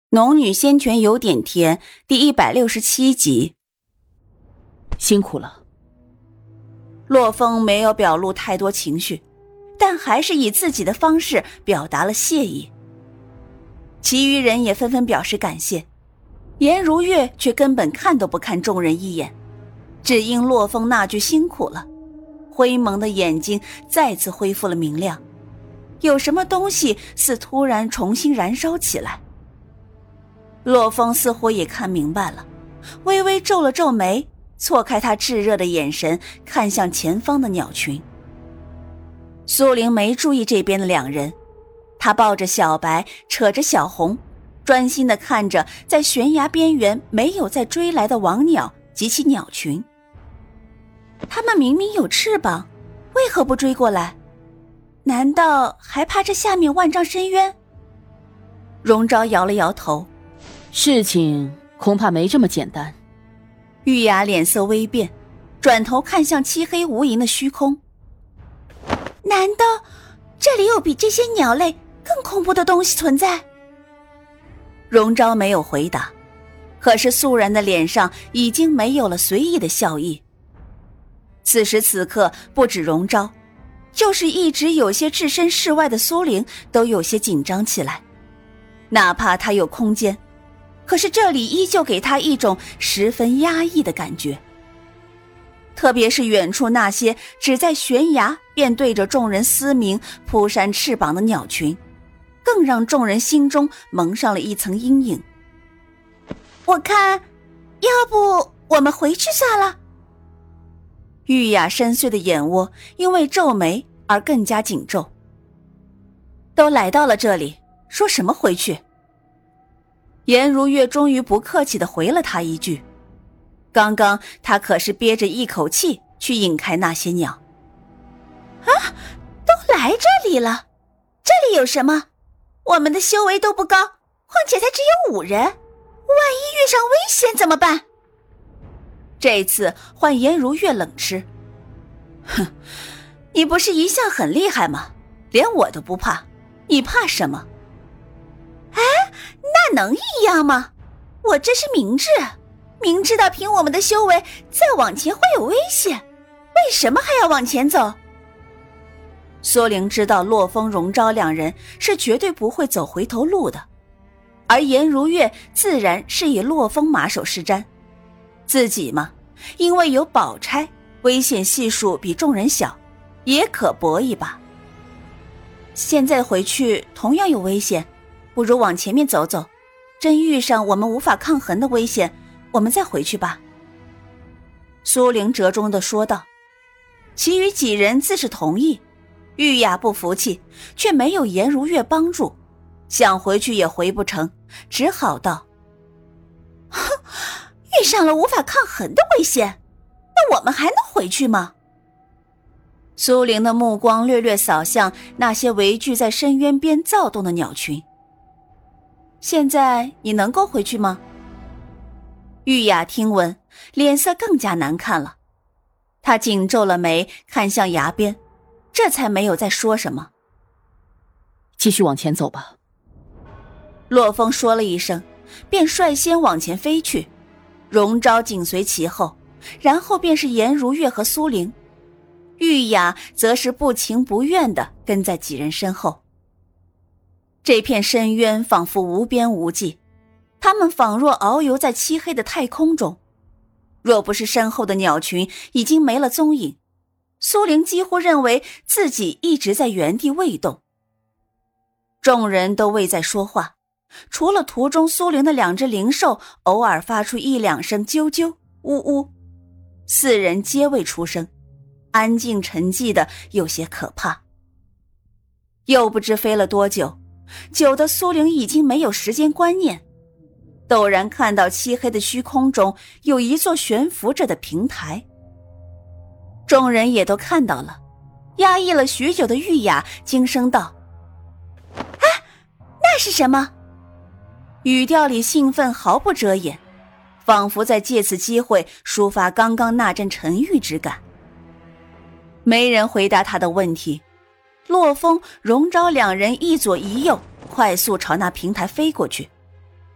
农女仙泉有点甜第167集。 辛苦了。 洛风没有表露太多情绪，但还是以自己的方式表达了谢意。其余人也纷纷表示感谢，颜如月却根本看都不看众人一眼，只因洛风那句辛苦了，灰蒙的眼睛再次恢复了明亮，有什么东西似突然重新燃烧起来。洛风似乎也看明白了，微微皱了皱眉，错开他炙热的眼神，看向前方的鸟群。苏玲没注意这边的两人，她抱着小白，扯着小红，专心地看着在悬崖边缘没有再追来的王鸟及其鸟群。他们明明有翅膀，为何不追过来？难道还怕这下面万丈深渊？荣昭摇了摇头， 事情恐怕没这么简单。 玉雅脸色微变，转头看向漆黑无垠的虚空。难道这里有比这些鸟类更恐怖的东西存在？荣昭没有回答，可是肃然的脸上已经没有了随意的笑意。此时此刻，不止荣昭，就是一直有些置身事外的苏玲都有些紧张起来。哪怕他有空间，可是这里依旧给他一种十分压抑的感觉。特别是远处那些只在悬崖便对着众人嘶鸣扑扇翅膀的鸟群，更让众人心中蒙上了一层阴影。我看要不我们回去算了。玉雅深邃的眼窝因为皱眉而更加紧皱。都来到了这里，说什么回去？颜如月终于不客气地回了他一句，刚刚他可是憋着一口气去引开那些鸟。啊，都来这里了，这里有什么？我们的修为都不高，况且才只有5人，万一遇上危险怎么办？这次换颜如月冷吃。哼，你不是一向很厉害吗？连我都不怕，你怕什么？哎，那能一样吗？我这是明知道凭我们的修为再往前会有危险，为什么还要往前走？苏玲知道洛风荣昭两人是绝对不会走回头路的，而颜如月自然是以洛风马首是瞻。自己嘛，因为有宝钗，危险系数比众人小，也可搏一把。现在回去同样有危险，不如往前面走走，真遇上我们无法抗衡的危险，我们再回去吧。苏玲折中地说道。其余几人自是同意，玉雅不服气，却没有颜如月帮助，想回去也回不成，只好道：哼，遇上了无法抗衡的危险，那我们还能回去吗？苏玲的目光略略扫向那些围聚在深渊边躁动的鸟群。现在你能够回去吗？玉雅听闻，脸色更加难看了，她紧皱了眉，看向崖边，这才没有再说什么。 继续往前走吧。 洛风说了一声，便率先往前飞去，荣昭紧随其后，然后便是颜如月和苏玲，玉雅则是不情不愿地跟在几人身后。这片深渊仿佛无边无际，他们仿若遨游在漆黑的太空中，若不是身后的鸟群已经没了踪影，苏玲几乎认为自己一直在原地未动。众人都未在说话，除了途中苏玲的2只灵兽偶尔发出1、2声啾啾呜呜，4人皆未出声，安静沉寂的有些可怕。又不知飞了多久，久的苏玲已经没有时间观念，陡然看到漆黑的虚空中有一座悬浮着的平台。众人也都看到了，压抑了许久的玉雅惊声道：啊，那是什么？语调里兴奋毫不遮掩，仿佛在借此机会抒发刚刚那阵沉郁之感。没人回答他的问题，洛风、荣昭两人一左一右，快速朝那平台飞过去。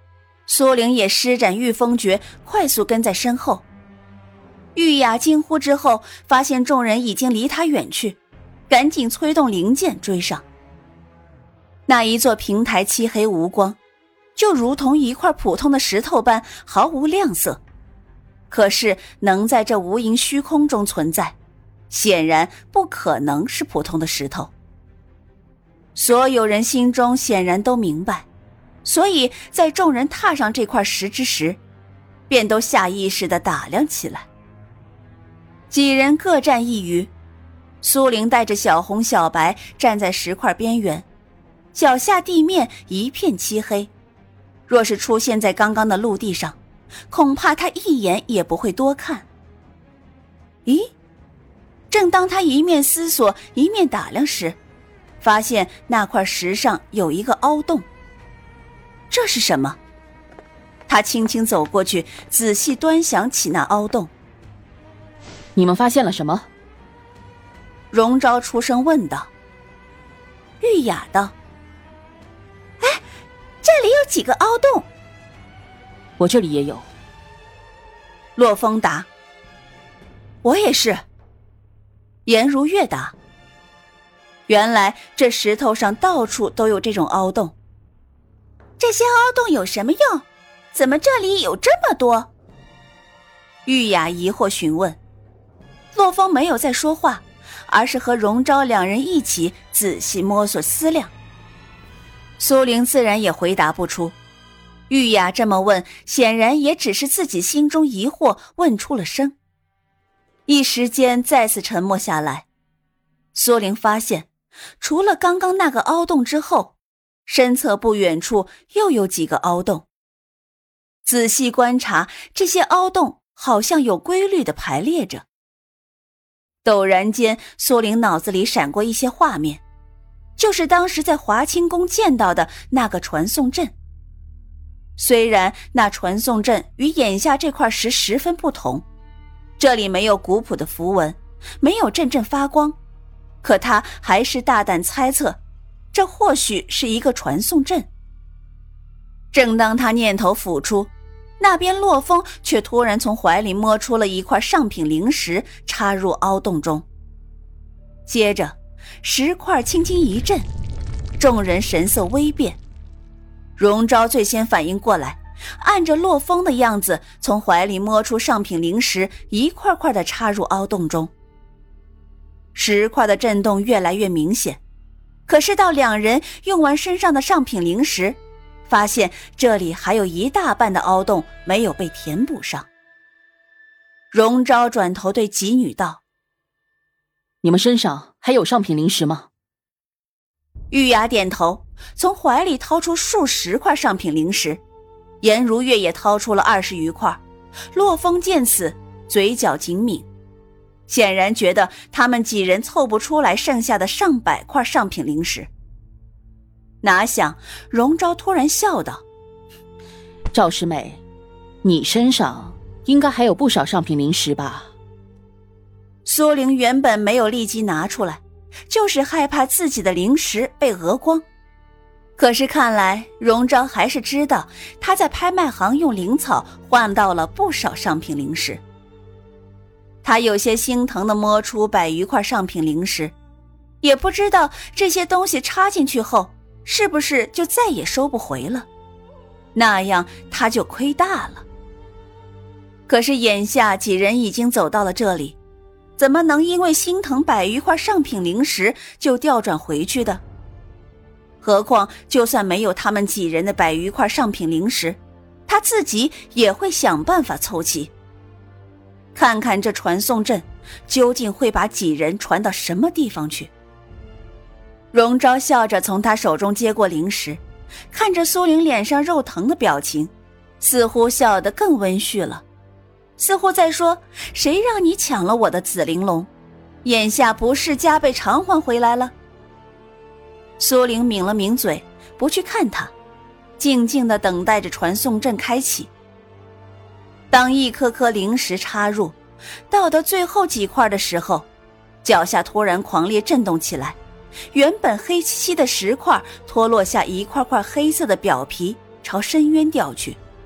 苏玲也施展御风诀，快速跟在身后。玉雅惊呼之后，发现众人已经离她远去，赶紧催动灵剑追上。那一座平台漆黑无光，就如同一块普通的石头般毫无亮色，可是能在这无垠虚空中存在，显然不可能是普通的石头。所有人心中显然都明白，所以在众人踏上这块石之时，便都下意识地打量起来。几人各站一隅，苏玲带着小红小白站在石块边缘，脚下地面一片漆黑，若是出现在刚刚的陆地上，恐怕他一眼也不会多看。咦，正当他一面思索一面打量时，发现那块石上有一个凹洞。这是什么？他轻轻走过去，仔细端详起那凹洞。 你们发现了什么？ 荣昭出声问道。玉雅道：哎，这里有几个凹洞。 我这里也有。 洛风答：我也是。颜如月答：原来这石头上到处都有这种凹洞。这些凹洞有什么用？怎么这里有这么多？玉雅疑惑询问。洛风没有再说话，而是和荣昭两人一起仔细摸索思量。苏玲自然也回答不出，玉雅这么问，显然也只是自己心中疑惑问出了声。一时间再次沉默下来。苏玲发现，除了刚刚那个凹洞之后，身侧不远处又有几个凹洞。仔细观察，这些凹洞好像有规律地排列着。陡然间，苏玲脑子里闪过一些画面，就是当时在华清宫见到的那个传送阵。虽然那传送阵与眼下这块石十分不同，这里没有古朴的符文，没有阵阵发光，可他还是大胆猜测，这或许是一个传送阵。正当他念头浮出，那边洛风却突然从怀里摸出了一块上品灵石，插入凹洞中。接着石块轻轻一震，众人神色微变。荣昭最先反应过来，按着洛风的样子从怀里摸出上品灵石，一块块地插入凹洞中。石块的震动越来越明显，可是到两人用完身上的上品灵石，发现这里还有一大半的凹洞没有被填补上。荣昭转头对几女道： 你们身上还有上品灵石吗？ 玉雅点头，从怀里掏出数十块上品灵石，颜如月也掏出了20余块。洛风见此，嘴角紧抿，显然觉得他们几人凑不出来剩下的上百块上品灵石。哪想荣昭突然笑道： 赵师妹，你身上应该还有不少上品灵石吧？ 苏玲原本没有立即拿出来，就是害怕自己的灵石被讹光。可是看来荣昭还是知道他在拍卖行用灵草换到了不少上品灵石。他有些心疼地摸出100余块上品灵石，也不知道这些东西插进去后是不是就再也收不回了，那样他就亏大了。可是眼下几人已经走到了这里，怎么能因为心疼100余块上品灵石就调转回去的？何况就算没有他们几人的100余块上品灵石，他自己也会想办法凑齐。看看这传送阵究竟会把几人传到什么地方去。荣昭笑着从他手中接过灵石，看着苏玲脸上肉疼的表情，似乎笑得更温煦了，似乎在说：谁让你抢了我的紫玲珑，眼下不是加倍偿还回来了？苏玲抿了抿嘴，不去看他，静静地等待着传送阵开启。当一颗颗灵石插入，到的最后几块的时候，脚下突然狂烈震动起来，原本黑漆漆的石块脱落下一块块黑色的表皮，朝深渊掉去。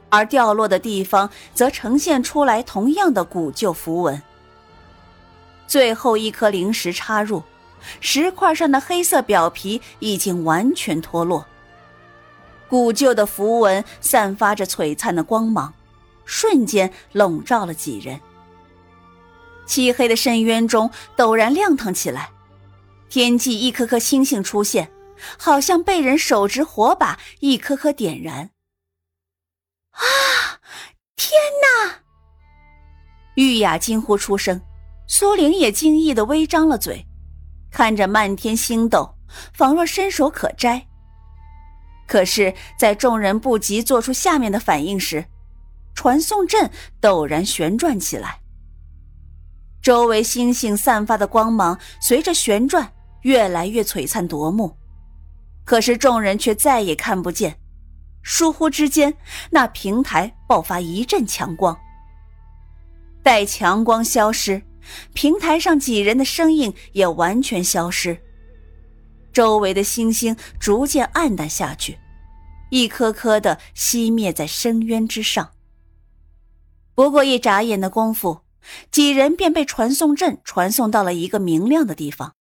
而掉落的地方则呈现出来同样的古旧符文。最后一颗灵石插入，石块上的黑色表皮已经完全脱落，古旧的符文散发着璀璨的光芒，瞬间笼罩了几人。漆黑的深渊中陡然亮堂起来，天际一颗颗星星出现，好像被人手执火把一颗颗点燃。啊！天哪！玉雅惊呼出声，苏玲也惊异地微张了嘴，看着漫天星斗，仿若伸手可摘。可是在众人不及做出下面的反应时，传送阵陡然旋转起来，周围星星散发的光芒随着旋转越来越璀璨夺目，可是众人却再也看不见。疏忽之间，那平台爆发一阵强光。待强光消失，平台上几人的身影也完全消失，周围的星星逐渐暗淡下去，一颗颗的熄灭在深渊之上。不过一眨眼的功夫，几人便被传送阵传送到了一个明亮的地方。